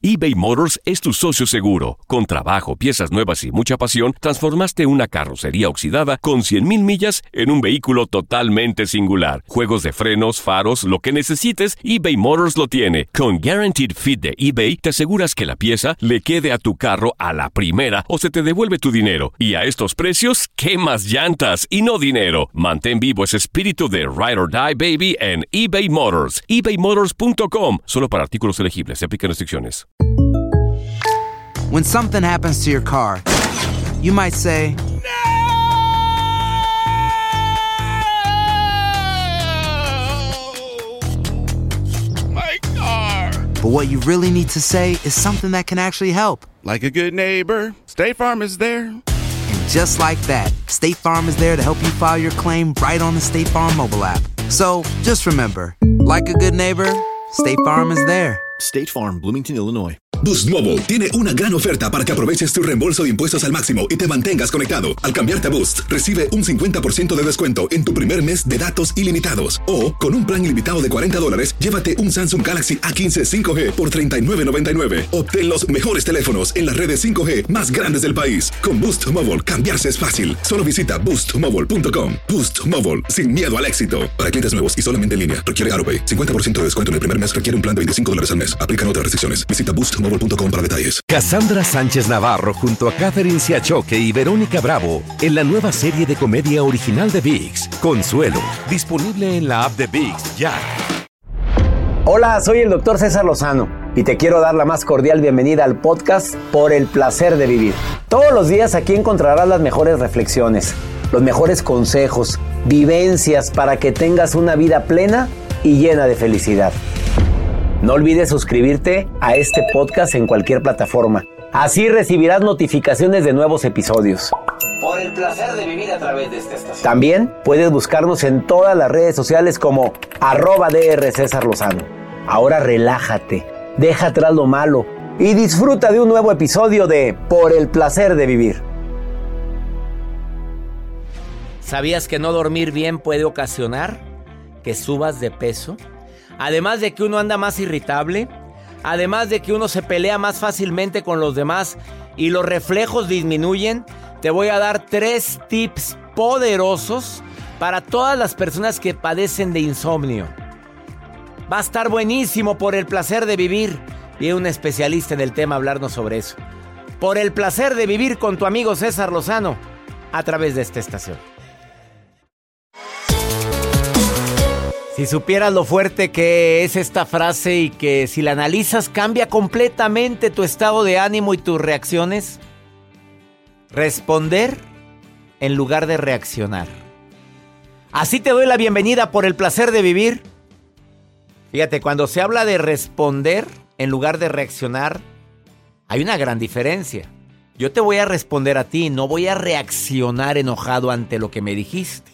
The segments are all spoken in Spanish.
eBay Motors es tu socio seguro. Con trabajo, piezas nuevas y mucha pasión, transformaste una carrocería oxidada con 100,000 millas en un vehículo totalmente singular. Juegos de frenos, faros, lo que necesites, eBay Motors lo tiene. Con Guaranteed Fit de eBay, te aseguras que la pieza le quede a tu carro a la primera o se te devuelve tu dinero. Y a estos precios, ¿qué más llantas y no dinero? Mantén vivo ese espíritu de Ride or Die, baby, en eBay Motors. ebaymotors.com. Solo para artículos elegibles. Se aplican restricciones. When something happens to your car, you might say, My car! but what you really need to say is something that can actually help. Like a good neighbor, State Farm is there. And just like that, State Farm is there to help you file your claim right on the State Farm mobile app. So just remember, like a good neighbor, State Farm is there. State Farm, Bloomington, Illinois. Boost Mobile tiene una gran oferta para que aproveches tu reembolso de impuestos al máximo y te mantengas conectado. Al cambiarte a Boost, recibe un 50% de descuento en tu primer mes de datos ilimitados. O, con un plan ilimitado de $40, llévate un Samsung Galaxy A15 5G por $39.99. Obtén los mejores teléfonos en las redes 5G más grandes del país. Con Boost Mobile, cambiarse es fácil. Solo visita boostmobile.com. Boost Mobile, sin miedo al éxito. Para clientes nuevos y solamente en línea, requiere AutoPay. 50% de descuento en el primer mes requiere un plan de $25 al mes. Aplican otras restricciones. Visita boostmobile.com para detalles. Cassandra Sánchez Navarro junto a Catherine Siachoque y Verónica Bravo en la nueva serie de comedia original de ViX, Consuelo, disponible en la app de ViX ya. Hola, soy el Dr. César Lozano y te quiero dar la más cordial bienvenida al podcast Por el Placer de Vivir. Todos los días aquí encontrarás las mejores reflexiones, los mejores consejos, vivencias para que tengas una vida plena y llena de felicidad. No olvides suscribirte a este podcast en cualquier plataforma. Así recibirás notificaciones de nuevos episodios. Por el placer de vivir a través de esta estación. También puedes buscarnos en todas las redes sociales como @Dr. César Lozano. Ahora relájate, deja atrás lo malo y disfruta de un nuevo episodio de Por el Placer de Vivir. ¿Sabías que no dormir bien puede ocasionar que subas de peso? Además de que uno anda más irritable, además de que uno se pelea más fácilmente con los demás y los reflejos disminuyen, te voy a dar 3 tips poderosos para todas las personas que padecen de insomnio. Va a estar buenísimo. Por el placer de vivir. Viene un especialista en el tema a hablarnos sobre eso. Por el placer de vivir con tu amigo César Lozano a través de esta estación. Si supieras lo fuerte que es esta frase y que si la analizas cambia completamente tu estado de ánimo y tus reacciones. Responder en lugar de reaccionar. Así te doy la bienvenida por el placer de vivir. Fíjate, cuando se habla de responder en lugar de reaccionar, hay una gran diferencia. Yo te voy a responder a ti, no voy a reaccionar enojado ante lo que me dijiste.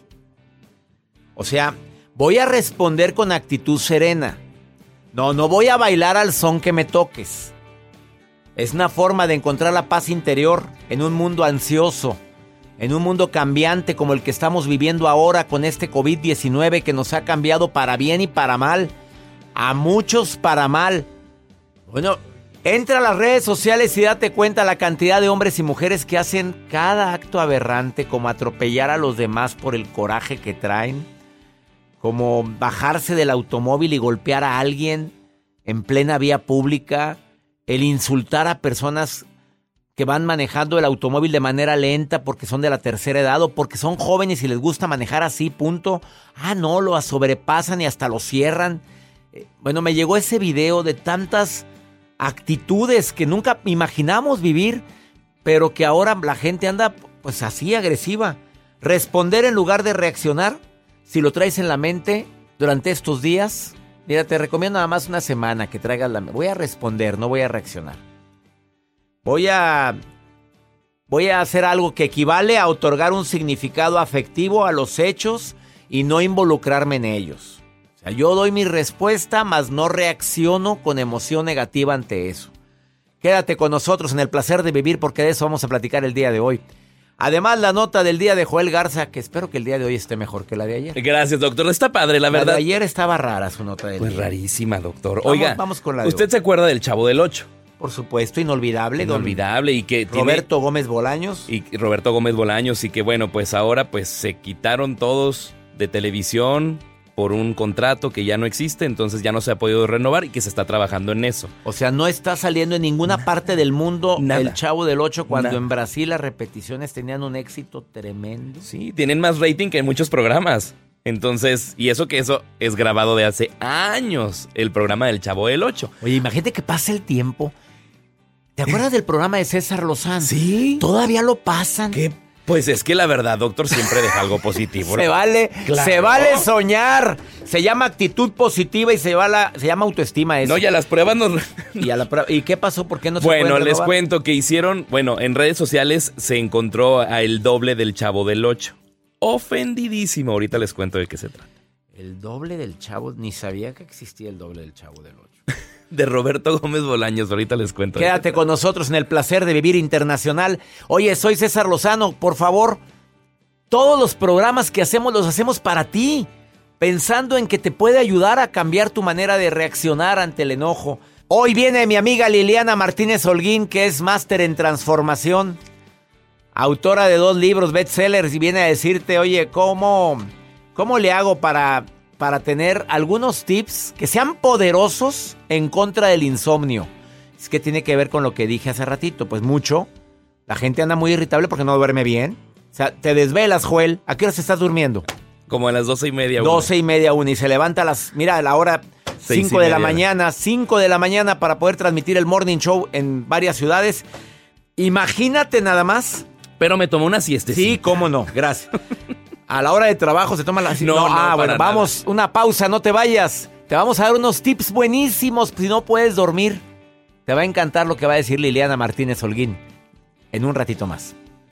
O sea, voy a responder con actitud serena. No voy a bailar al son que me toques. Es una forma de encontrar la paz interior en un mundo ansioso, en un mundo cambiante como el que estamos viviendo ahora con este COVID-19 que nos ha cambiado para bien y para mal. A muchos para mal. Bueno, entra a las redes sociales y date cuenta la cantidad de hombres y mujeres que hacen cada acto aberrante, como atropellar a los demás por el coraje que traen, como bajarse del automóvil y golpear a alguien en plena vía pública, el insultar a personas que van manejando el automóvil de manera lenta porque son de la tercera edad o porque son jóvenes y les gusta manejar así, punto. No, lo sobrepasan y hasta lo cierran. Bueno, me llegó ese video de tantas actitudes que nunca imaginamos vivir, pero que ahora la gente anda pues así agresiva. Responder en lugar de reaccionar. Si lo traes en la mente durante estos días, mira, te recomiendo nada más una semana que traigas la mente. Voy a responder, no voy a reaccionar. Voy a hacer algo que equivale a otorgar un significado afectivo a los hechos y no involucrarme en ellos. O sea, yo doy mi respuesta, mas no reacciono con emoción negativa ante eso. Quédate con nosotros en el placer de vivir porque de eso vamos a platicar el día de hoy. Además, la nota del día de Joel Garza, que espero que el día de hoy esté mejor que la de ayer. Gracias, doctor. Está padre, la verdad. La de ayer estaba rara su nota del día. Pues rarísima, doctor. Oiga, vamos con la de ¿usted hoy. se acuerda del Chavo del Ocho? por supuesto, inolvidable. Inolvidable y que Roberto Gómez Bolaños. Y Roberto Gómez Bolaños y que bueno, pues ahora pues se quitaron todos de televisión por un contrato que ya no existe, entonces ya no se ha podido renovar y que se está trabajando en eso. O sea, no está saliendo en ninguna parte del mundo Nada. El Chavo del Ocho cuando Nada. en Brasil las repeticiones tenían un éxito tremendo. Sí, tienen más rating que en muchos programas. Entonces, y eso es grabado de hace años, el programa del Chavo del Ocho. Oye, imagínate que pasa el tiempo. ¿Te acuerdas del programa de César Lozano? Sí. Todavía lo pasan. ¿Qué? Pues es que la verdad, doctor, siempre deja algo positivo. Se vale, Claro. se vale soñar. Se llama actitud positiva y se llama autoestima eso. No, ya las pruebas no... ¿Y qué pasó? ¿Por qué no se Bueno, pueden les renovar? cuento que hicieron... Bueno, en redes sociales se encontró a el doble del Chavo del Ocho. Ofendidísimo. Ahorita les cuento de qué se trata. El doble del Chavo, ni sabía que existía el doble del Chavo del Ocho. De Roberto Gómez Bolaños. Ahorita les cuento. Quédate con nosotros en el placer de vivir internacional. Oye, soy César Lozano. Por favor, todos los programas que hacemos los hacemos para ti, pensando en que te puede ayudar a cambiar tu manera de reaccionar ante el enojo. Hoy viene mi amiga Liliana Martínez Holguín, que es máster en transformación, autora de 2 libros bestsellers, y viene a decirte, oye, ¿cómo le hago para tener algunos tips que sean poderosos en contra del insomnio? Es que tiene que ver con lo que dije hace ratito, pues mucho. La gente anda muy irritable porque no duerme bien. O sea, te desvelas, Joel. ¿A qué hora estás durmiendo? Como a las 12:30. 12:30, 1. Y se levanta a la hora 5 de la mañana. 5 de la mañana para poder transmitir el morning show en varias ciudades. Imagínate nada más. Pero me tomó una siestecita. Sí, cómo no, gracias. A la hora de trabajo se toma la siesta. Bueno, vamos, una pausa, no te vayas. Te vamos a dar unos tips buenísimos si no puedes dormir. Te va a encantar lo que va a decir Liliana Martínez Holguín en un ratito más.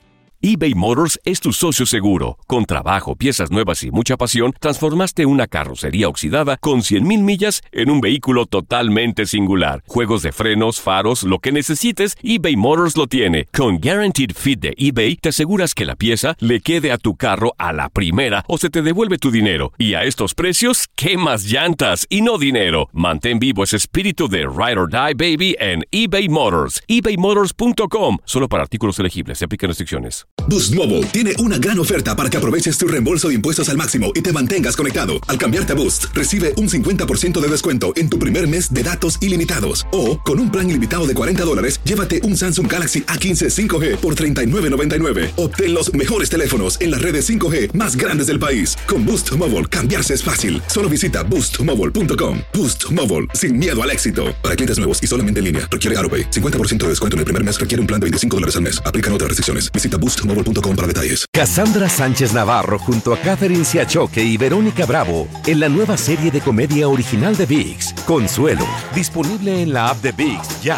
eBay Motors es tu socio seguro. Con trabajo, piezas nuevas y mucha pasión, transformaste una carrocería oxidada con 100,000 millas en un vehículo totalmente singular. Juegos de frenos, faros, lo que necesites, eBay Motors lo tiene. Con Guaranteed Fit de eBay, te aseguras que la pieza le quede a tu carro a la primera o se te devuelve tu dinero. Y a estos precios, ¿qué más llantas y no dinero? Mantén vivo ese espíritu de Ride or Die, baby, en eBay Motors. ebaymotors.com. Solo para artículos elegibles. Se aplican restricciones. Boost Mobile tiene una gran oferta para que aproveches tu reembolso de impuestos al máximo y te mantengas conectado. Al cambiarte a Boost, recibe un 50% de descuento en tu primer mes de datos ilimitados. O, con un plan ilimitado de $40, llévate un Samsung Galaxy A15 5G por $39.99. Obtén los mejores teléfonos en las redes 5G más grandes del país. Con Boost Mobile, cambiarse es fácil. Solo visita boostmobile.com. Boost Mobile, sin miedo al éxito. Para clientes nuevos y solamente en línea, requiere AutoPay. 50% de descuento en el primer mes requiere un plan de $25 al mes. Aplican otras restricciones. Visita boostmobile.com para detalles. Cassandra Sánchez Navarro junto a Catherine Siachoque y Verónica Bravo en la nueva serie de comedia original de ViX, Consuelo, disponible en la app de ViX ya.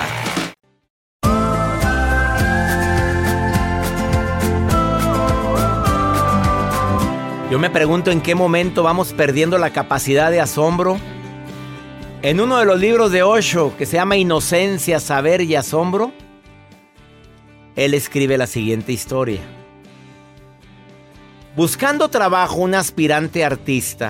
Yo me pregunto en qué momento vamos perdiendo la capacidad de asombro. En uno de los libros de Osho, que se llama Inocencia, Saber y Asombro, él escribe la siguiente historia. Buscando trabajo, un aspirante artista,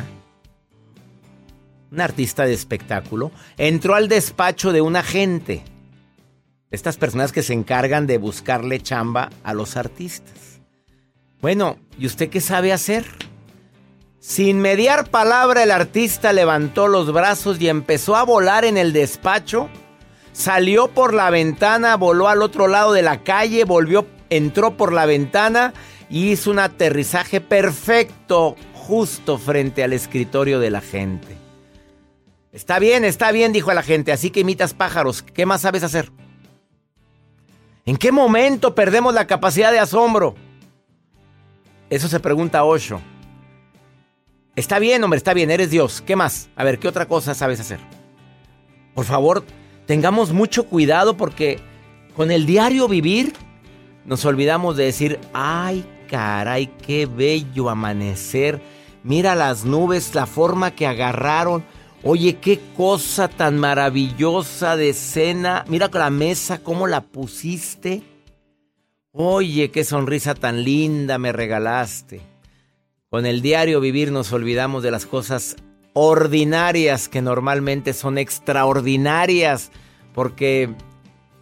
un artista de espectáculo, entró al despacho de un agente. Estas personas que se encargan de buscarle chamba a los artistas. Bueno, ¿y usted qué sabe hacer? Sin mediar palabra, el artista levantó los brazos y empezó a volar en el despacho. Salió por la ventana, voló al otro lado de la calle, entró por la ventana y hizo un aterrizaje perfecto justo frente al escritorio de la gente. Está bien, dijo la gente, así que imitas pájaros. ¿Qué más sabes hacer? ¿En qué momento perdemos la capacidad de asombro? Eso se pregunta Osho. Está bien, hombre, está bien, eres Dios. ¿Qué más? A ver, ¿qué otra cosa sabes hacer? Por favor, tengamos mucho cuidado porque con el diario vivir nos olvidamos de decir, ay, caray, qué bello amanecer. Mira las nubes, la forma que agarraron. Oye, qué cosa tan maravillosa de cena. Mira la mesa, cómo la pusiste. Oye, qué sonrisa tan linda me regalaste. Con el diario vivir nos olvidamos de las cosas ordinarias que normalmente son extraordinarias, porque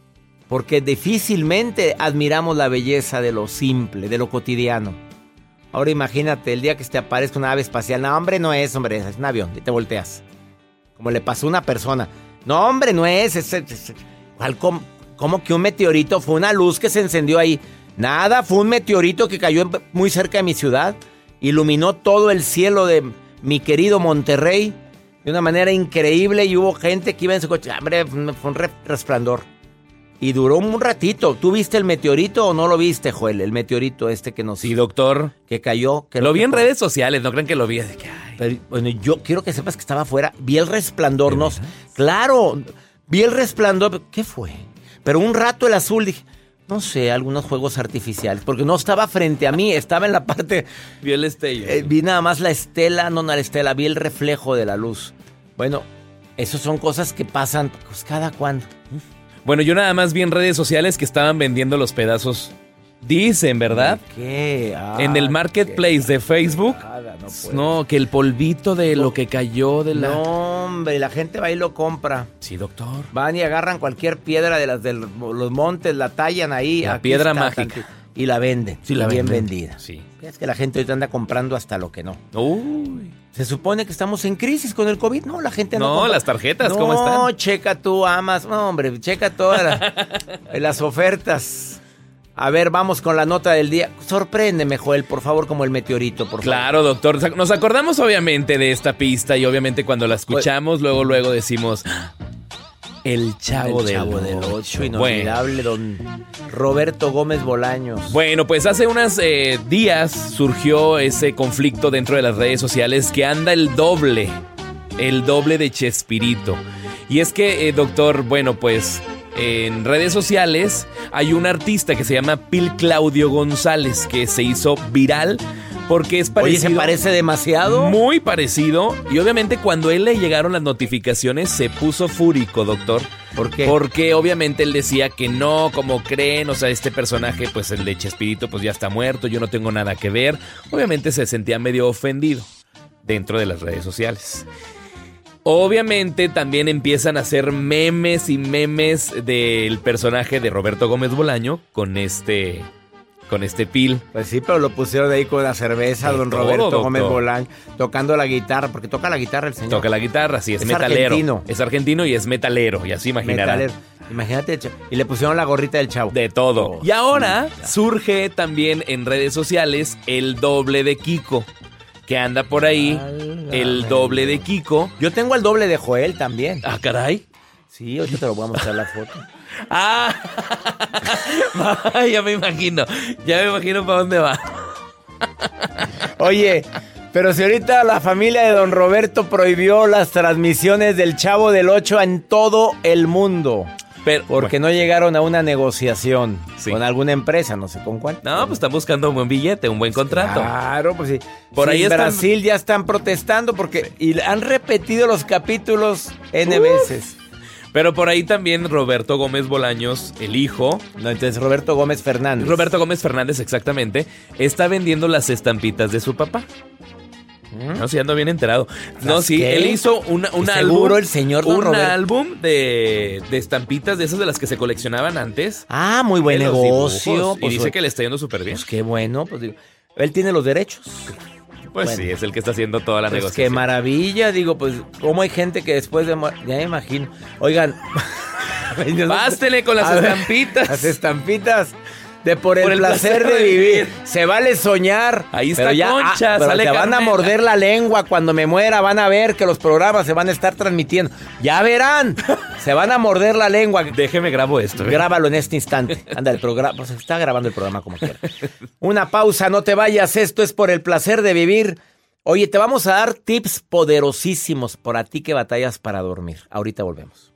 Porque difícilmente admiramos la belleza de lo simple, de lo cotidiano. Ahora imagínate el día que te aparezca una ave espacial. No, hombre, no es, hombre, es un avión. Y te volteas. Como le pasó a una persona. No, hombre, no es. ¿Cómo que un meteorito? Fue una luz que se encendió ahí. Nada, fue un meteorito que cayó muy cerca de mi ciudad. Iluminó todo el cielo de mi querido Monterrey de una manera increíble. Y hubo gente que iba en su coche. Hombre, fue un resplandor. Y duró un ratito. ¿Tú viste el meteorito o no lo viste, Joel? El meteorito que nos... Sí, doctor. Que cayó. Lo vi en redes sociales, no crean que lo vi. Pero, bueno, yo quiero que sepas que estaba afuera. Vi el resplandor. No, claro, vi el resplandor. ¿Qué fue? Pero un rato el azul, dije, no sé, algunos juegos artificiales. Porque no estaba frente a mí, estaba en la parte... Vi el estello. Vi nada más la estela, no la estela, vi el reflejo de la luz. Bueno, esas son cosas que pasan pues, cada cuando. Bueno, yo nada más vi en redes sociales que estaban vendiendo los pedazos. Dicen, ¿verdad? ¿Qué? En el marketplace de Facebook. No, que el polvito de lo que cayó de la... No, hombre, la gente va y lo compra. Sí, doctor. Van y agarran cualquier piedra de los montes, la tallan ahí. La piedra mágica. Y la venden. Sí, la bien venden. vendida. Sí. Es que la gente ahorita anda comprando hasta lo que no. Uy. Se supone que estamos en crisis con el COVID. No, la gente no. No, las tarjetas, ¿cómo están? No, checa tú, Amas. No, hombre, checa todas las ofertas. A ver, vamos con la nota del día. Sorpréndeme, Joel, por favor, como el meteorito, por favor. Claro, doctor. Nos acordamos obviamente de esta pista y obviamente cuando la escuchamos, luego decimos... El Chavo del Ocho. Inolvidable, don Roberto Gómez Bolaños. Bueno, pues hace unos días surgió ese conflicto dentro de las redes sociales que anda el doble de Chespirito. Y es que, doctor, bueno, pues en redes sociales hay un artista que se llama Pil Claudio González que se hizo viral porque es parecido. Oye, ¿se parece demasiado? Muy parecido. Y obviamente cuando a él le llegaron las notificaciones se puso fúrico, doctor. ¿Por qué? Porque obviamente él decía que no, como creen, o sea, este personaje, pues el de Chespirito, pues ya está muerto, yo no tengo nada que ver. Obviamente se sentía medio ofendido dentro de las redes sociales. Obviamente también empiezan a hacer memes y memes del personaje de Roberto Gómez Bolaño con este Pil. Pues sí, pero lo pusieron de ahí con la cerveza, de don todo, Roberto doctor. Gómez Bolaño, tocando la guitarra, porque toca la guitarra el señor. Toca la guitarra, sí, es metalero. Argentino. Es argentino y es metalero, y así imaginarán. Metalero. Imagínate, y le pusieron la gorrita del Chavo. De todo. Y ahora surge también en redes sociales el doble de Kiko, que anda por ahí, el doble de Kiko. Yo tengo el doble de Joel también. Ah, caray. Sí, ahorita te lo voy a mostrar la foto. Ya me imagino para dónde va. Oye, pero si ahorita la familia de don Roberto prohibió las transmisiones del Chavo del Ocho en todo el mundo. Porque no llegaron a una negociación con alguna empresa, no sé con cuál. No, pues están buscando un buen billete, un buen contrato. Claro, pues sí. Por ahí en están... Brasil ya están protestando porque y han repetido los capítulos N veces. Pero por ahí también Roberto Gómez Bolaños, el hijo. No, entonces Roberto Gómez Fernández. Roberto Gómez Fernández, exactamente. Está vendiendo las estampitas de su papá. No, sí, ando bien enterado. No, sí, ¿qué? Él hizo un álbum. Seguro el señor don Roberto. Álbum de estampitas de esas de las que se coleccionaban antes. Ah, muy buen negocio. Pues, y dice que le está yendo súper bien. Pues qué bueno, pues digo, él tiene los derechos. Pues bueno, sí, es el que está haciendo toda la negociación. Qué maravilla, digo, pues, cómo hay gente que después de... Ya me imagino. Oigan. Pástele con las estampitas. Las estampitas de por el placer de vivir. Se vale soñar. Ahí está Concha, pero sale te van a morder la lengua cuando me muera. Van a ver que los programas se van a estar transmitiendo. Ya verán. Se van a morder la lengua. Déjeme grabo esto. Grábalo en este instante. Anda, el programa. Pues está grabando el programa como quiera. Una pausa, no te vayas. Esto es por el placer de vivir. Oye, te vamos a dar tips poderosísimos para ti que batallas para dormir. Ahorita volvemos.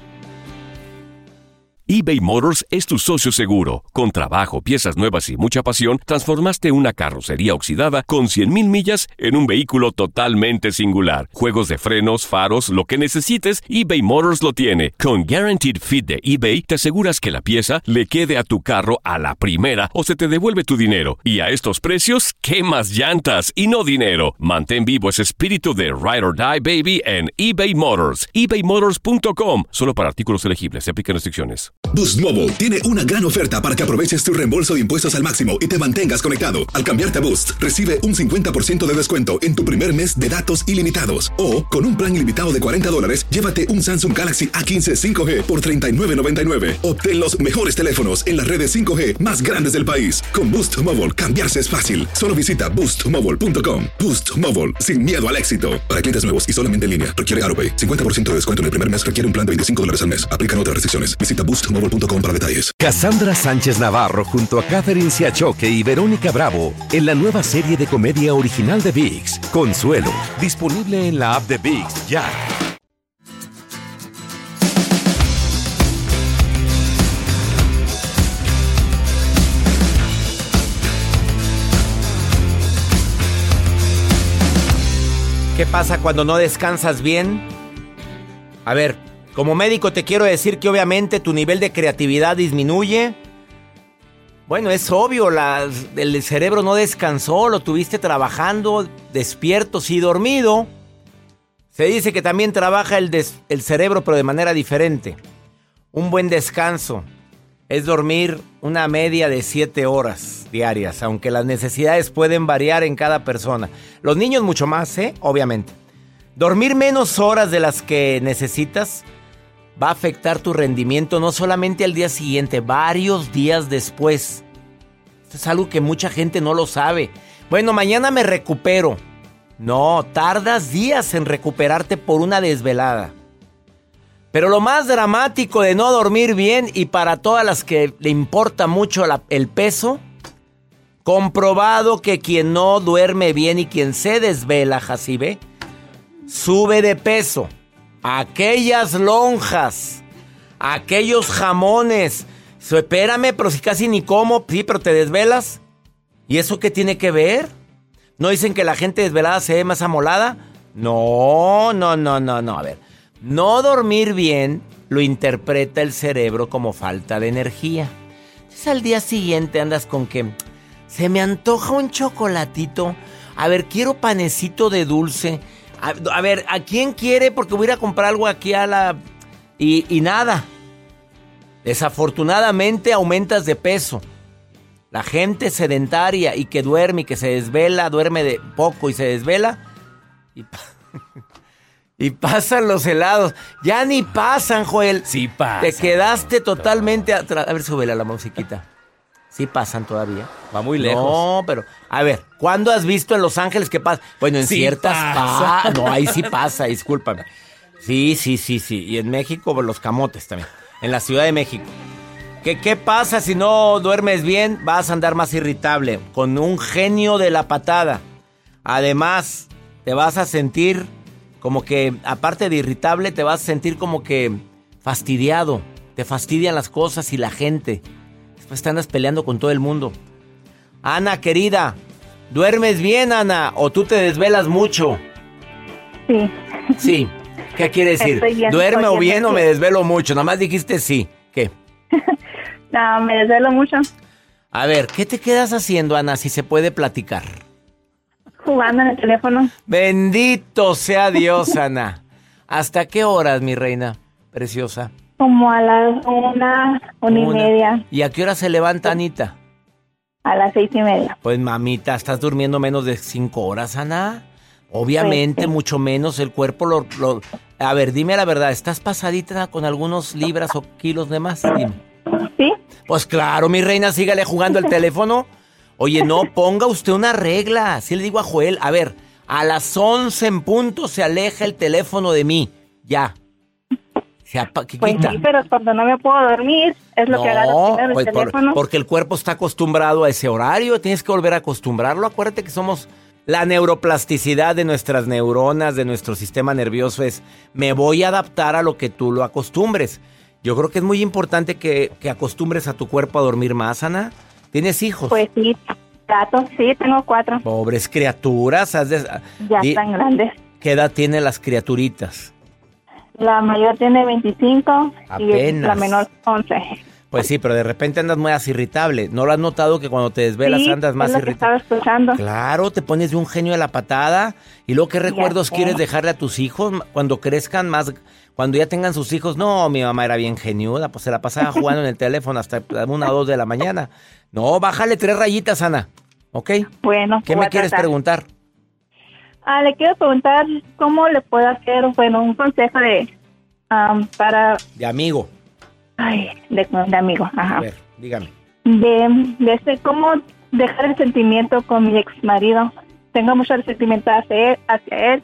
eBay Motors es tu socio seguro. Con trabajo, piezas nuevas y mucha pasión, transformaste una carrocería oxidada con 100,000 millas en un vehículo totalmente singular. Juegos de frenos, faros, lo que necesites, eBay Motors lo tiene. Con Guaranteed Fit de eBay, te aseguras que la pieza le quede a tu carro a la primera o se te devuelve tu dinero. Y a estos precios, ¿qué más llantas y no dinero? Mantén vivo ese espíritu de Ride or Die, baby, en eBay Motors. ebaymotors.com. Solo para artículos elegibles. Se aplican restricciones. Boost Mobile tiene una gran oferta para que aproveches tu reembolso de impuestos al máximo y te mantengas conectado. Al cambiarte a Boost, recibe un 50% de descuento en tu primer mes de datos ilimitados. O, con un plan ilimitado de $40, llévate un Samsung Galaxy A15 5G por $39.99. Obtén los mejores teléfonos en las redes 5G más grandes del país. Con Boost Mobile, cambiarse es fácil. Solo visita boostmobile.com. Boost Mobile, sin miedo al éxito. Para clientes nuevos y solamente en línea, requiere AroPay. 50% de descuento en el primer mes requiere un plan de $25 al mes. Aplican otras restricciones. Visita boostmobile.com para detalles. Cassandra Sánchez Navarro junto a Catherine Siachoque y Verónica Bravo en la nueva serie de comedia original de ViX, Consuelo, disponible en la app de ViX ya. ¿Qué pasa cuando no descansas bien? A ver, como médico te quiero decir que obviamente tu nivel de creatividad disminuye. Bueno, es obvio, el cerebro no descansó, lo tuviste trabajando, despierto, sí dormido. Se dice que también trabaja el cerebro, pero de manera diferente. Un buen descanso es dormir una media de 7 horas diarias, aunque las necesidades pueden variar en cada persona. Los niños mucho más, obviamente. Dormir menos horas de las que necesitas va a afectar tu rendimiento no solamente al día siguiente, varios días después. Esto es algo que mucha gente no lo sabe. Bueno, mañana me recupero. No, tardas días en recuperarte por una desvelada. Pero lo más dramático de no dormir bien, y para todas las que le importa mucho el peso, comprobado que quien no duerme bien y quien se desvela, Jacibe, sube de peso. Aquellas lonjas, aquellos jamones. Espérame, pero si casi ni como. Sí, pero te desvelas. ¿Y eso qué tiene que ver? ¿No dicen que la gente desvelada se ve más amolada? No. A ver, no dormir bien lo interpreta el cerebro como falta de energía. Entonces al día siguiente andas con que se me antoja un chocolatito. A ver, quiero panecito de dulce. A ver, ¿a quién quiere? Porque voy a ir a comprar algo aquí y nada. Desafortunadamente aumentas de peso. La gente sedentaria y que duerme y que se desvela, duerme de poco y se desvela. Y pasan los helados. Ya ni pasan, Joel. Sí pasan. Te quedaste totalmente atrás. A ver, súbele a la musiquita. Sí pasan todavía. Va muy lejos. No, pero, a ver, ¿cuándo has visto en Los Ángeles que pasa? Bueno, en sí ciertas pasa. No, ahí sí pasa, discúlpame. Sí. Y en México, pues, los camotes también. En la Ciudad de México. ¿Qué pasa si no duermes bien? Vas a andar más irritable, con un genio de la patada. Además, te vas a sentir como que, aparte de irritable, te vas a sentir como que fastidiado. Te fastidian las cosas y la gente. Después te andas peleando con todo el mundo. Ana, querida, ¿duermes bien, Ana? ¿O tú te desvelas mucho? Sí. Sí. ¿Qué quiere decir? ¿Duerme o bien o me desvelo mucho? Nada más dijiste sí. ¿Qué? No, me desvelo mucho. A ver, ¿qué te quedas haciendo, Ana, si se puede platicar? Jugando en el teléfono. Bendito sea Dios, Ana. ¿Hasta qué horas, mi reina preciosa? Como a las 1:30. ¿Y a qué hora se levanta Anita? A las 6:30. Pues, mamita, ¿estás durmiendo menos de 5 horas, Ana? Obviamente, sí. Mucho menos el cuerpo A ver, dime la verdad, ¿estás pasadita con algunos libras o kilos de más? Dime. ¿Sí? Pues claro, mi reina, sígale jugando el teléfono. Oye, no, ponga usted una regla. Así le digo a Joel, a ver, a las 11 en punto se aleja el teléfono de mí. Ya. Pues sí, pero cuando no me puedo dormir, es lo que agarro primero el teléfono. Porque el cuerpo está acostumbrado a ese horario, tienes que volver a acostumbrarlo. Acuérdate que somos la neuroplasticidad de nuestras neuronas, de nuestro sistema nervioso es, me voy a adaptar a lo que tú lo acostumbres. Yo creo que es muy importante que acostumbres a tu cuerpo a dormir más, Ana. ¿Tienes hijos? Pues sí, sí, tengo 4. Pobres criaturas. Ya están grandes. ¿Qué edad tienen las criaturitas? La mayor tiene 25 Apenas. Y la menor 11. Pues sí, pero de repente andas más irritable. ¿No lo has notado que cuando te desvelas andas más irritable? Estaba escuchando. Claro, te pones de un genio de la patada. ¿Y luego qué recuerdos quieres dejarle a tus hijos cuando crezcan más? Cuando ya tengan sus hijos, no, mi mamá era bien geniuda, pues se la pasaba jugando en el teléfono hasta 1 o 2 de la mañana. No, bájale 3 rayitas, Ana, ¿ok? Bueno. ¿Qué me quieres preguntar? Le quiero preguntar cómo le puedo hacer, un consejo para... De amigo. Ay, de amigo, ajá. A ver, dígame. Cómo dejar el sentimiento con mi ex marido. Tengo mucho resentimiento hacia él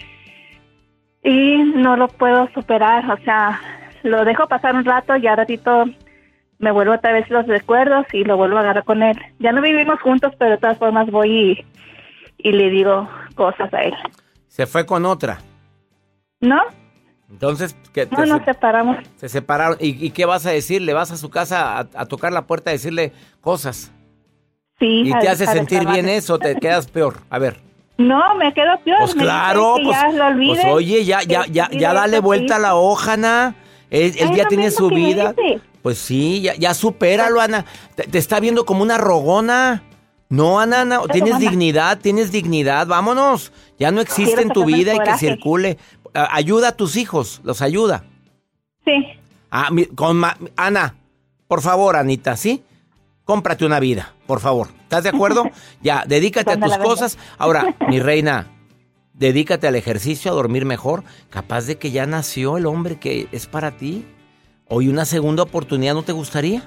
y no lo puedo superar. O sea, lo dejo pasar un rato y a ratito me vuelvo otra vez los recuerdos y lo vuelvo a agarrar con él. Ya no vivimos juntos, pero de todas formas voy y le digo cosas a él. ¿Se fue con otra? ¿No? Entonces, ¿qué? No, nos separamos. Se separaron. ¿Y qué vas a decir? ¿Le vas a su casa a tocar la puerta a decirle cosas? Sí. ¿Y te hace sentir bien eso o te quedas peor? A ver. No, me quedo peor. Pues claro, pues, ya lo olvides, pues oye, ya dale vuelta a la hoja, Ana. Él ya tiene su vida. Pues sí, ya supéralo, Ana. Te está viendo como una rogona. No, Ana, no. Tienes dignidad, vámonos. Ya no existe en tu vida y que circule. Ayuda a tus hijos, los ayuda. Sí. Ana, por favor, Anita, ¿sí? Cómprate una vida, por favor. ¿Estás de acuerdo? Ya, dedícate a tus cosas. Ahora, mi reina, dedícate al ejercicio, a dormir mejor. Capaz de que ya nació el hombre que es para ti. Hoy una segunda oportunidad, ¿no te gustaría?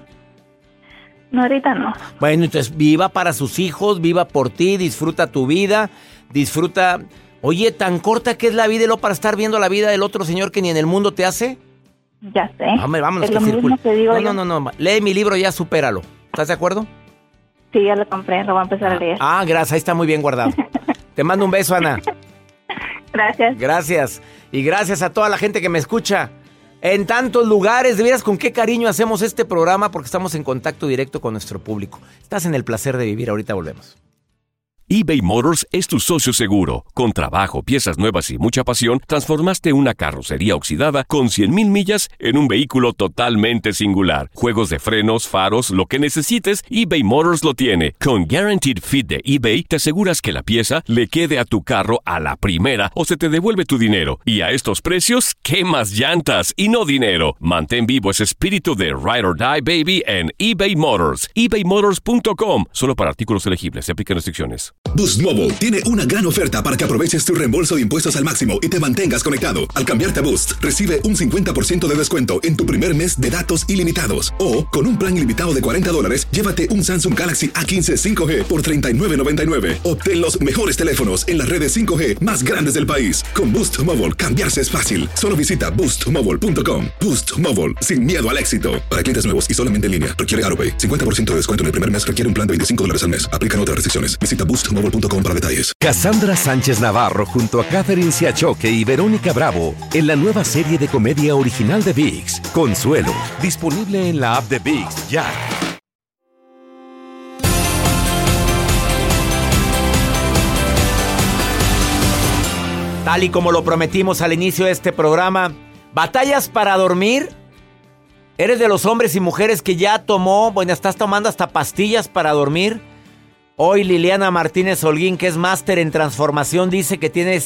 No, ahorita no. Bueno, entonces viva para sus hijos, viva por ti, disfruta tu vida, disfruta... Oye, tan corta que es la vida y luego para estar viendo la vida del otro señor que ni en el mundo te hace. Ya sé. Hombre, vámonos, es lo mismo que digo yo. No. Lee mi libro, ya supéralo. ¿Estás de acuerdo? Sí, ya lo compré, lo voy a empezar a leer. Gracias, ahí está muy bien guardado. Te mando un beso, Ana. Gracias. Gracias. Y gracias a toda la gente que me escucha en tantos lugares. De veras, con qué cariño hacemos este programa porque estamos en contacto directo con nuestro público. Estás en el placer de vivir. Ahorita volvemos. eBay Motors es tu socio seguro. Con trabajo, piezas nuevas y mucha pasión, transformaste una carrocería oxidada con 100,000 millas en un vehículo totalmente singular. Juegos de frenos, faros, lo que necesites, eBay Motors lo tiene. Con Guaranteed Fit de eBay, te aseguras que la pieza le quede a tu carro a la primera o se te devuelve tu dinero. Y a estos precios, ¿quemas llantas y no dinero? Mantén vivo ese espíritu de Ride or Die, baby, en eBay Motors. ebaymotors.com. Solo para artículos elegibles. Se aplican restricciones. Boost Mobile tiene una gran oferta para que aproveches tu reembolso de impuestos al máximo y te mantengas conectado. Al cambiarte a Boost, recibe un 50% de descuento en tu primer mes de datos ilimitados. O, con un plan ilimitado de $40, llévate un Samsung Galaxy A15 5G por $39.99. Obtén los mejores teléfonos en las redes 5G más grandes del país. Con Boost Mobile, cambiarse es fácil. Solo visita boostmobile.com. Boost Mobile, sin miedo al éxito. Para clientes nuevos y solamente en línea, requiere AutoPay. 50% de descuento en el primer mes requiere un plan de $25 al mes. Aplican otras restricciones. Visita boostmobile.com para detalles. Cassandra Sánchez Navarro junto a Catherine Siachoque y Verónica Bravo en la nueva serie de comedia original de ViX, Consuelo, disponible en la app de ViX ya. Tal y como lo prometimos al inicio de este programa, ¿batallas para dormir? ¿Eres de los hombres y mujeres que ya estás tomando hasta pastillas para dormir? Hoy Liliana Martínez Holguín, que es máster en transformación, dice que tiene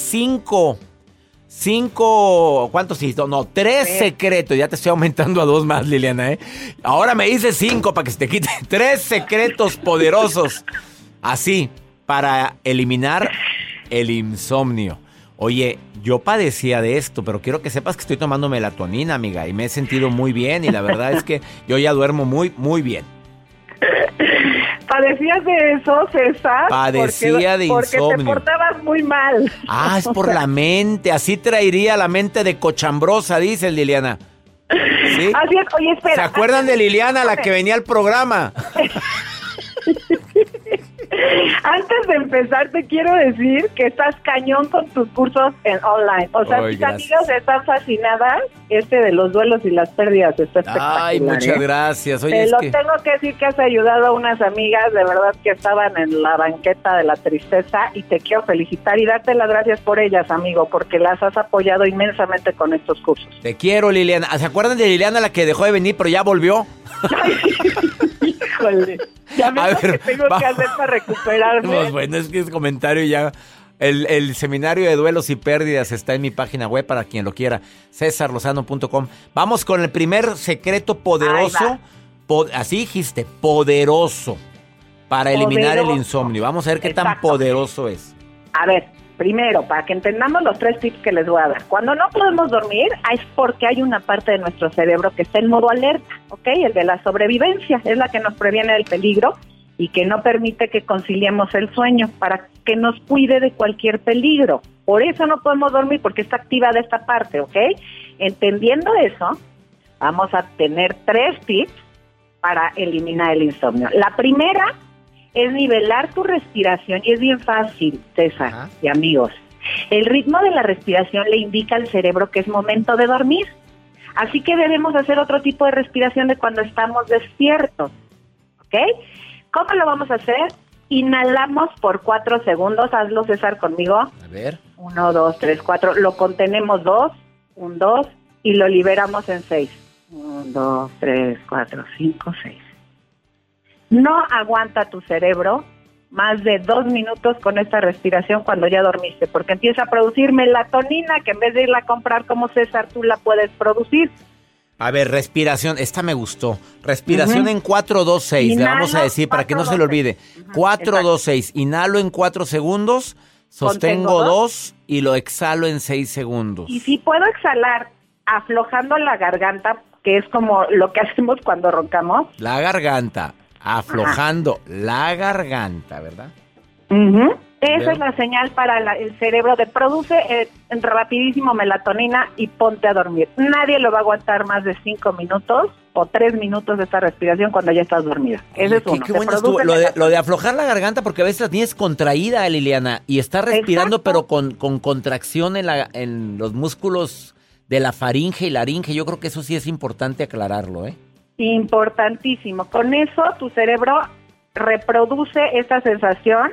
3 secretos. Ya te estoy aumentando a 2 más, Liliana, ¿eh? Ahora me dice 5 para que se te quite. 3 secretos poderosos. Así, para eliminar el insomnio. Oye, yo padecía de esto, pero quiero que sepas que estoy tomando melatonina, amiga, y me he sentido muy bien, y la verdad es que yo ya duermo muy, muy bien. ¿Padecías de eso, César? Padecía de insomnio. Porque te portabas muy mal. Es por la mente. Así traería la mente de cochambrosa, dice Liliana. ¿Sí? Así es. Oye, espera. ¿Se acuerdan de Liliana, la que venía al programa? Antes de empezar, te quiero decir que estás cañón con tus cursos en online. O sea, mis amigas están fascinadas. De los duelos y las pérdidas está espectacular. Ay, muchas gracias. Oye, tengo que decir que has ayudado a unas amigas, de verdad, que estaban en la banqueta de la tristeza, y te quiero felicitar y darte las gracias por ellas, amigo, porque las has apoyado inmensamente con estos cursos. Te quiero, Liliana. ¿Se acuerdan de Liliana, la que dejó de venir, pero ya volvió? Híjole. Ya me que tengo que hacer para recuperarme. Pues bueno, es que ese comentario ya El seminario de duelos y pérdidas está en mi página web para quien lo quiera, cesarlozano.com. Vamos con el primer secreto poderoso, así dijiste, poderoso, para eliminar el insomnio. Vamos a ver qué tan poderoso es. A ver, primero, para que entendamos los 3 tips que les voy a dar. Cuando no podemos dormir, es porque hay una parte de nuestro cerebro que está en modo alerta, ¿ok? El de la sobrevivencia, es la que nos previene del peligro y que no permite que conciliemos el sueño, para que nos cuide de cualquier peligro. Por eso no podemos dormir, porque está activada esta parte, ¿ok? Entendiendo eso, vamos a tener 3 tips para eliminar el insomnio. La primera es nivelar tu respiración, y es bien fácil, César y amigos. El ritmo de la respiración le indica al cerebro que es momento de dormir. Así que debemos hacer otro tipo de respiración de cuando estamos despiertos, ¿ok? ¿Cómo lo vamos a hacer? Inhalamos por 4 segundos. Hazlo, César, conmigo. A ver. 1, 2, 3, 4. Lo contenemos 2, 1, 2, y lo liberamos en 6. 1, 2, 3, 4, 5, 6. No aguanta tu cerebro más de 2 minutos con esta respiración cuando ya dormiste, porque empieza a producir melatonina, que en vez de irla a comprar como César, tú la puedes producir. A ver, respiración, esta me gustó. Respiración en 4, 2, 6, le vamos a decir para que no se le olvide. 4, 2, 6, inhalo en 4 segundos, sostengo 2 y lo exhalo en 6 segundos. Y si puedo exhalar aflojando la garganta, que es como lo que hacemos cuando roncamos. La garganta, aflojando la garganta, ¿verdad? Esa es la señal para el cerebro de produce rapidísimo melatonina y ponte a dormir. Nadie lo va a aguantar más de 5 minutos o 3 minutos de esta respiración cuando ya estás dormida. Ese es uno. Qué bueno estuvo. Lo de aflojar la garganta, porque a veces la tienes contraída, Liliana, y estás respirando, pero con contracción en los músculos de la faringe y laringe. Yo creo que eso sí es importante aclararlo, ¿eh? Importantísimo. Con eso tu cerebro reproduce esa sensación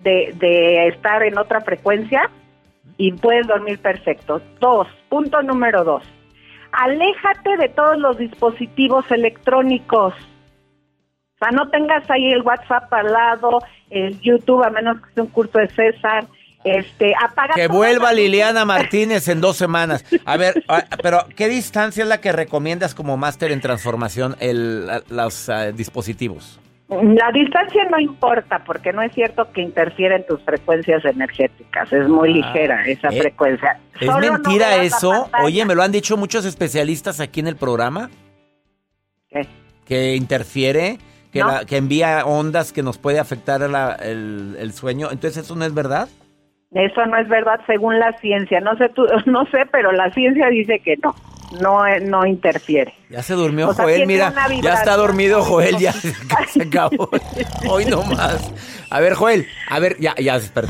de estar en otra frecuencia y puedes dormir perfecto. Punto número 2. Aléjate de todos los dispositivos electrónicos. O sea, no tengas ahí el WhatsApp al lado, el YouTube, a menos que sea un curso de César. Apaga. Que vuelva Liliana Martínez en 2 semanas. A ver, pero ¿qué distancia es la que recomiendas como máster en transformación los dispositivos? La distancia no importa, porque no es cierto que interfiere en tus frecuencias energéticas. Es muy ligera esa frecuencia. ¿Es mentira eso? Oye, me lo han dicho muchos especialistas aquí en el programa. ¿Qué? Que interfiere, que envía ondas que nos puede afectar el sueño. Entonces, ¿eso no es verdad? Eso no es verdad según la ciencia. No sé, pero la ciencia dice que no interfiere. Ya se durmió Joel, mira, ya está dormido Joel, ya se acabó. Hoy no más. A ver, Joel, ya despertó.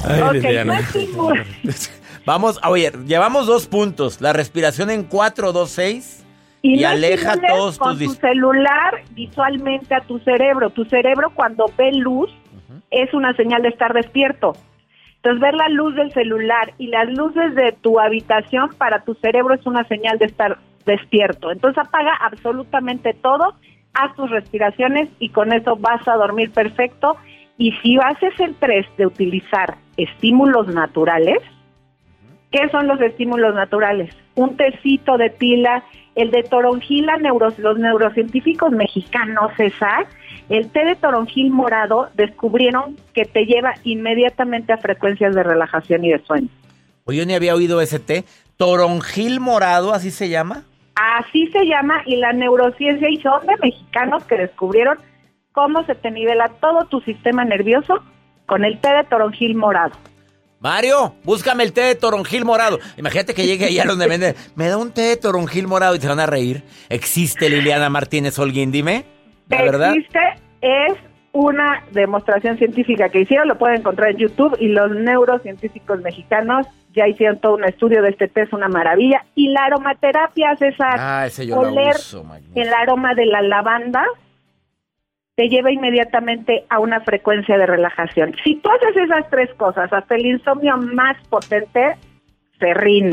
Vamos, oye, llevamos 2 puntos. La respiración en 4, 2, 6 y aleja todos con tu celular visualmente a tu cerebro. Tu cerebro, cuando ve luz, es una señal de estar despierto. Entonces, ver la luz del celular y las luces de tu habitación para tu cerebro es una señal de estar despierto. Entonces, apaga absolutamente todo, haz tus respiraciones y con eso vas a dormir perfecto. Y si haces el 3 de utilizar estímulos naturales, ¿qué son los estímulos naturales? Un tecito de pila, el de toronjil, los neurocientíficos mexicanos, César, el té de toronjil morado descubrieron que te lleva inmediatamente a frecuencias de relajación y de sueño. Oye, yo ni había oído ese té. ¿Toronjil morado, así se llama? Así se llama, y la neurociencia, y son de mexicanos que descubrieron cómo se te nivela todo tu sistema nervioso con el té de toronjil morado. Mario, búscame el té de toronjil morado. Imagínate que llegue allá donde venden, me da un té de toronjil morado y te van a reír. ¿Existe Liliana Martínez Holguín? Dime, ¿la verdad? Existe, es una demostración científica que hicieron, lo pueden encontrar en YouTube, y los neurocientíficos mexicanos ya hicieron todo un estudio de este té, es una maravilla. Y la aromaterapia, César, ese yo lo uso, el aroma de la lavanda te lleva inmediatamente a una frecuencia de relajación. Si tú haces esas 3 cosas, hasta el insomnio más potente se rinde.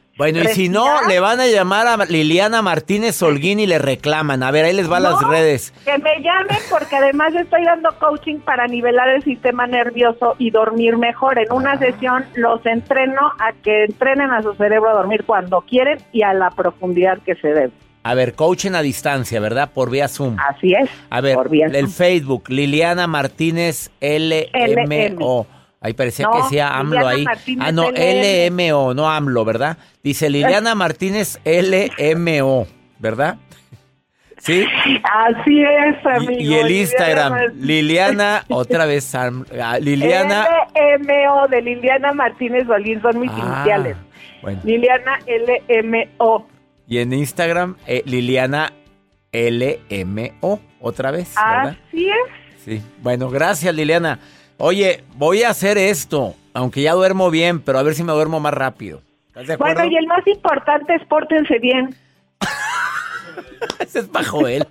Bueno, y si no, le van a llamar a Liliana Martínez Holguín y le reclaman. A ver, ahí les van las redes. Que me llamen porque además estoy dando coaching para nivelar el sistema nervioso y dormir mejor. En una sesión los entreno a que entrenen a su cerebro a dormir cuando quieren y a la profundidad que se debe. A ver, coaching a distancia, ¿verdad? Por vía Zoom. Así es. A ver, el Zoom. Facebook, Liliana Martínez LMO. Ahí parecía que decía AMLO Liliana ahí. Martínez No, LMO, no AMLO, ¿verdad? Dice Liliana Martínez LMO, ¿verdad? ¿Sí? Así es, amigo. Y el Instagram, Liliana, otra vez, Liliana... LMO de Liliana Martínez Holguín, son mis iniciales. Bueno. Liliana LMO. Y en Instagram, Liliana LMO, otra vez, ¿verdad? Así es. Sí. Bueno, gracias, Liliana. Oye, voy a hacer esto, aunque ya duermo bien, pero a ver si me duermo más rápido. ¿Estás de acuerdo? Bueno, y el más importante es pórtense bien. Ese es para Joel.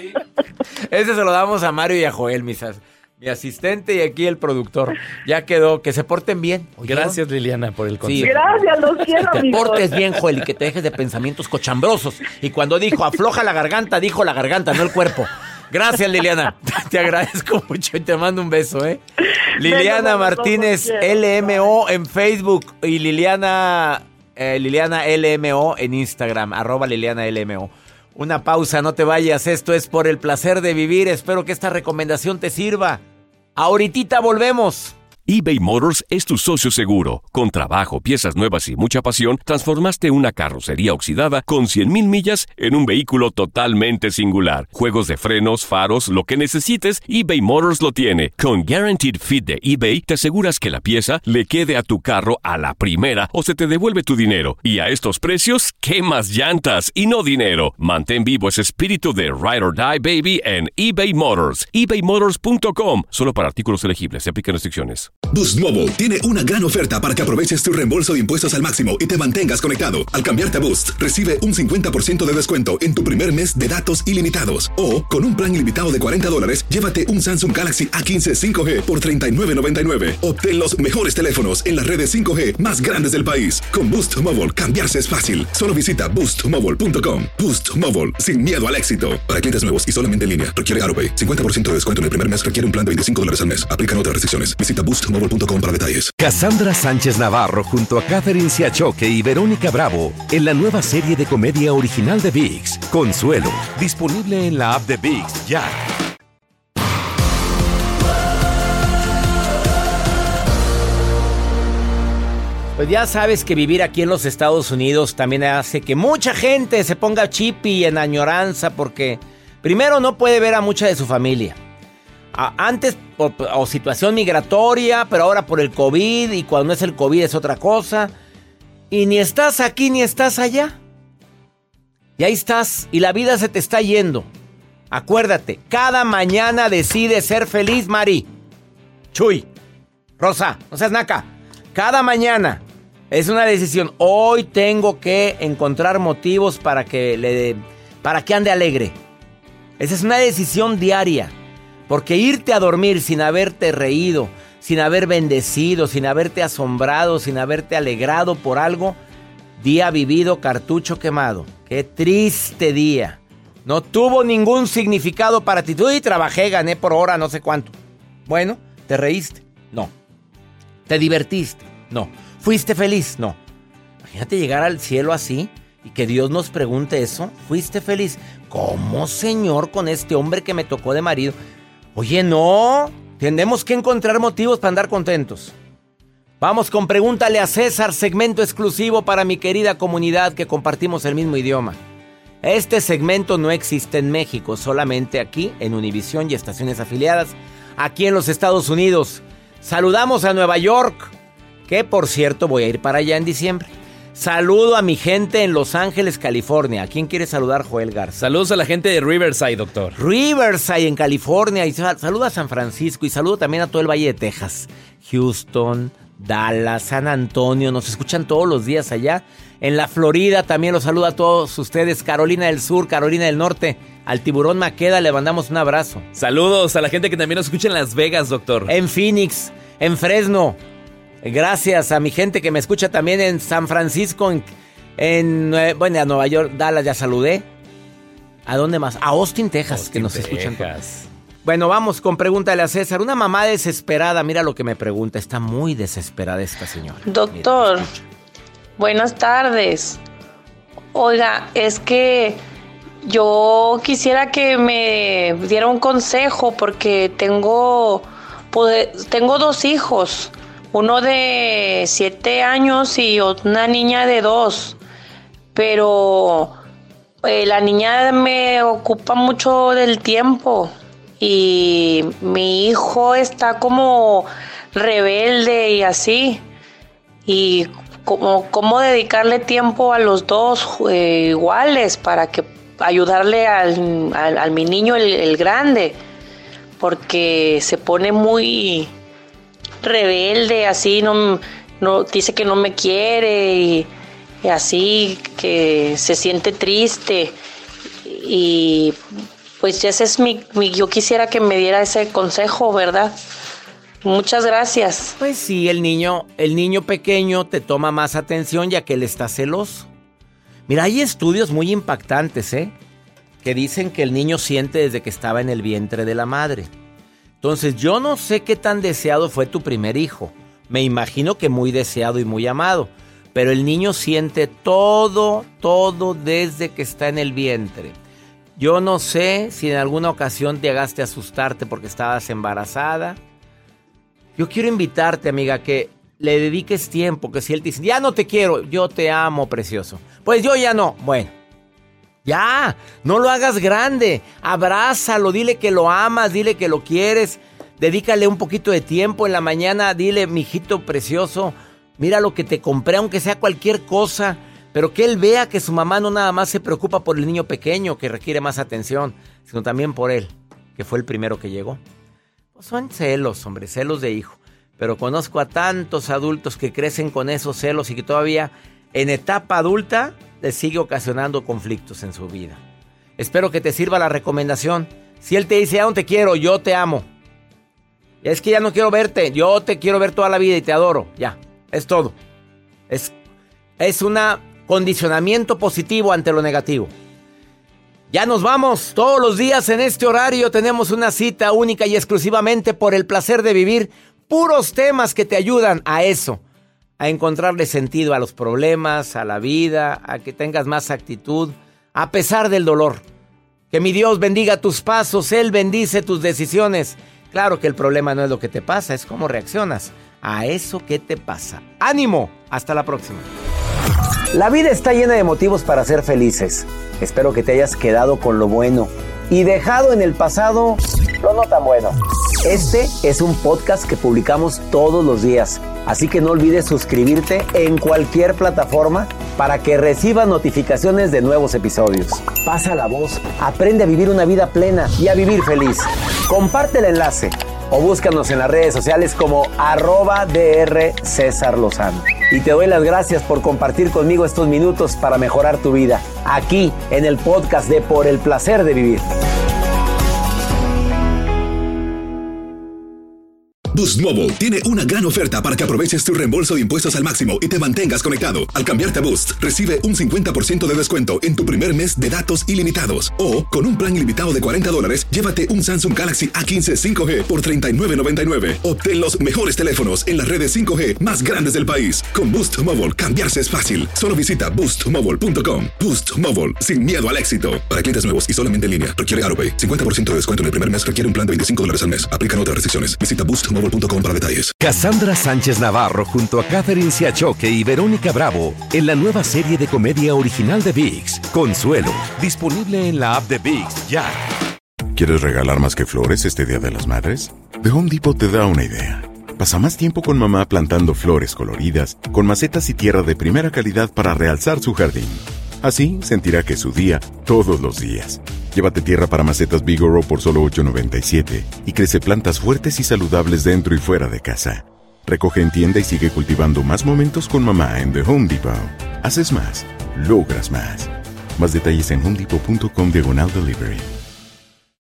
Ese se lo damos a Mario y a Joel, mi asistente y aquí el productor. Ya quedó, que se porten bien. ¿Oyeron? Gracias, Liliana, por el consejo. Sí. Gracias, los quiero, Que te amigos. portes bien, Joel, y que te dejes de pensamientos cochambrosos. Y cuando dijo afloja la garganta, dijo la garganta, no el cuerpo. Gracias, Liliana. Te agradezco mucho y te mando un beso, ¿eh? Liliana Martínez LMO en Facebook y Liliana LMO en Instagram, @Liliana LMO. Una pausa, no te vayas. Esto es Por el Placer de Vivir. Espero que esta recomendación te sirva. Ahorita volvemos. eBay Motors es tu socio seguro. Con trabajo, piezas nuevas y mucha pasión, transformaste una carrocería oxidada con 100,000 millas en un vehículo totalmente singular. Juegos de frenos, faros, lo que necesites, eBay Motors lo tiene. Con Guaranteed Fit de eBay, te aseguras que la pieza le quede a tu carro a la primera o se te devuelve tu dinero. Y a estos precios, ¿quemas llantas y no dinero? Mantén vivo ese espíritu de Ride or Die, baby, en eBay Motors. ebaymotors.com. Solo para artículos elegibles. Se aplican restricciones. Boost Mobile tiene una gran oferta para que aproveches tu reembolso de impuestos al máximo y te mantengas conectado. Al cambiarte a Boost, recibe un 50% de descuento en tu primer mes de datos ilimitados. O, con un plan ilimitado de $40, llévate un Samsung Galaxy A15 5G por $39.99. Obtén los mejores teléfonos en las redes 5G más grandes del país. Con Boost Mobile, cambiarse es fácil. Solo visita boostmobile.com. Boost Mobile, sin miedo al éxito. Para clientes nuevos y solamente en línea, requiere AutoPay. 50% de descuento en el primer mes requiere un plan de $25 al mes. Aplican otras restricciones. Visita boostmobile.com para detalles. Cassandra Sánchez Navarro junto a Catherine Siachoque y Verónica Bravo en la nueva serie de comedia original de ViX, Consuelo, disponible en la app de ViX ya. Pues ya sabes que vivir aquí en los Estados Unidos también hace que mucha gente se ponga chipi en añoranza porque primero no puede ver a mucha de su familia. Antes o situación migratoria, pero ahora por el COVID, y cuando no es el COVID es otra cosa. Y ni estás aquí ni estás allá. Y ahí estás, y la vida se te está yendo. Acuérdate, cada mañana decides ser feliz, Mari. Chuy, Rosa, no seas naca. Cada mañana es una decisión. Hoy tengo que encontrar motivos para que ande alegre. Esa es una decisión diaria. Porque irte a dormir sin haberte reído, sin haber bendecido, sin haberte asombrado, sin haberte alegrado por algo, día vivido, cartucho quemado. ¡Qué triste día! No tuvo ningún significado para ti. Tú y trabajé, gané por hora no sé cuánto. Bueno, ¿te reíste? No. ¿Te divertiste? No. ¿Fuiste feliz? No. Imagínate llegar al cielo así y que Dios nos pregunte eso. ¿Fuiste feliz? ¿Cómo, Señor, con este hombre que me tocó de marido? Oye, no, tenemos que encontrar motivos para andar contentos. Vamos con Pregúntale a César, segmento exclusivo para mi querida comunidad que compartimos el mismo idioma. Este segmento no existe en México, solamente aquí en Univisión y estaciones afiliadas, aquí en los Estados Unidos. Saludamos a Nueva York, que por cierto voy a ir para allá en diciembre. Saludo a mi gente en Los Ángeles, California. ¿A quién quiere saludar, Joel Garza? Saludos a la gente de Riverside, doctor. Riverside, en California. Y saludo a San Francisco. Y saludo también a todo el Valle de Texas. Houston, Dallas, San Antonio. Nos escuchan todos los días allá. En la Florida también los saludo a todos ustedes. Carolina del Sur, Carolina del Norte. Al Tiburón Maqueda le mandamos un abrazo. Saludos a la gente que también nos escucha en Las Vegas, doctor. En Phoenix, en Fresno. Gracias a mi gente que me escucha también en San Francisco, Bueno, a Nueva York, Dallas ya saludé. ¿A dónde más? A Austin, Texas, que nos escuchan. Bueno, vamos con pregúntale a César. Una mamá desesperada, mira lo que me pregunta. Está muy desesperada esta señora. Doctor, buenas tardes. Oiga, es que yo quisiera que me diera un consejo porque tengo 2 hijos. Uno de 7 años y una niña de 2. Pero la niña me ocupa mucho del tiempo. Y mi hijo está como rebelde y así. Y cómo dedicarle tiempo a los dos iguales para que ayudarle al mi niño, el grande. Porque se pone muy rebelde, así, no dice que no me quiere y así, que se siente triste. Y pues ese es yo quisiera que me diera ese consejo, ¿verdad? Muchas gracias. Pues sí, el niño pequeño te toma más atención ya que él está celoso. Mira, hay estudios muy impactantes, que dicen que el niño siente desde que estaba en el vientre de la madre. Entonces, yo no sé qué tan deseado fue tu primer hijo. Me imagino que muy deseado y muy amado. Pero el niño siente todo desde que está en el vientre. Yo no sé si en alguna ocasión te llegaste a asustarte porque estabas embarazada. Yo quiero invitarte, amiga, que le dediques tiempo, que si él te dice, ya no te quiero, yo te amo, precioso. Pues yo ya no. Bueno, ya, no lo hagas grande. Abrázalo, dile que lo amas, dile que lo quieres. Dedícale un poquito de tiempo en la mañana, dile, mijito precioso, mira lo que te compré, aunque sea cualquier cosa. Pero que él vea que su mamá no nada más se preocupa por el niño pequeño que requiere más atención, sino también por él, que fue el primero que llegó. Pues son celos, hombre, celos de hijo. Pero conozco a tantos adultos que crecen con esos celos y que todavía en etapa adulta les sigue ocasionando conflictos en su vida. Espero que te sirva la recomendación. Si él te dice, ya no te quiero, yo te amo. Es que ya no quiero verte, yo te quiero ver toda la vida y te adoro. Ya, es todo. Es un condicionamiento positivo ante lo negativo. Ya nos vamos. Todos los días en este horario tenemos una cita única y exclusivamente por el placer de vivir. Puros temas que te ayudan a eso, a encontrarle sentido a los problemas, a la vida, a que tengas más actitud, a pesar del dolor. Que mi Dios bendiga tus pasos, Él bendice tus decisiones. Claro que el problema no es lo que te pasa, es cómo reaccionas a eso que te pasa. ¡Ánimo! Hasta la próxima. La vida está llena de motivos para ser felices. Espero que te hayas quedado con lo bueno y dejado en el pasado lo no tan bueno. Este es un podcast que publicamos todos los días, así que no olvides suscribirte en cualquier plataforma para que recibas notificaciones de nuevos episodios. Pasa la voz, aprende a vivir una vida plena y a vivir feliz. Comparte el enlace o búscanos en las redes sociales como @Dr. César Lozano. Y te doy las gracias por compartir conmigo estos minutos para mejorar tu vida, aquí en el podcast de Por el Placer de Vivir. Boost Mobile tiene una gran oferta para que aproveches tu reembolso de impuestos al máximo y te mantengas conectado. Al cambiarte a Boost, recibe un 50% de descuento en tu primer mes de datos ilimitados. O, con un plan ilimitado de $40, llévate un Samsung Galaxy A15 5G por $39.99. Obtén los mejores teléfonos en las redes 5G más grandes del país. Con Boost Mobile, cambiarse es fácil. Solo visita boostmobile.com. Boost Mobile, sin miedo al éxito. Para clientes nuevos y solamente en línea, requiere AutoPay. 50% de descuento en el primer mes requiere un plan de $25 al mes. Aplican otras restricciones. Visita boostmobile.com para detalles. Cassandra Sánchez Navarro junto a Catherine Siachoque y Verónica Bravo en la nueva serie de comedia original de ViX, Consuelo, disponible en la app de ViX ya. ¿Quieres regalar más que flores este Día de las Madres? The Home Depot te da una idea. Pasa más tiempo con mamá plantando flores coloridas, con macetas y tierra de primera calidad para realzar su jardín. Así sentirá que es su día todos los días. Llévate tierra para macetas Bigoro por solo $8.97 y crece plantas fuertes y saludables dentro y fuera de casa. Recoge en tienda y sigue cultivando más momentos con mamá en The Home Depot. Haces más, logras más. Más detalles en homedepot.com/delivery.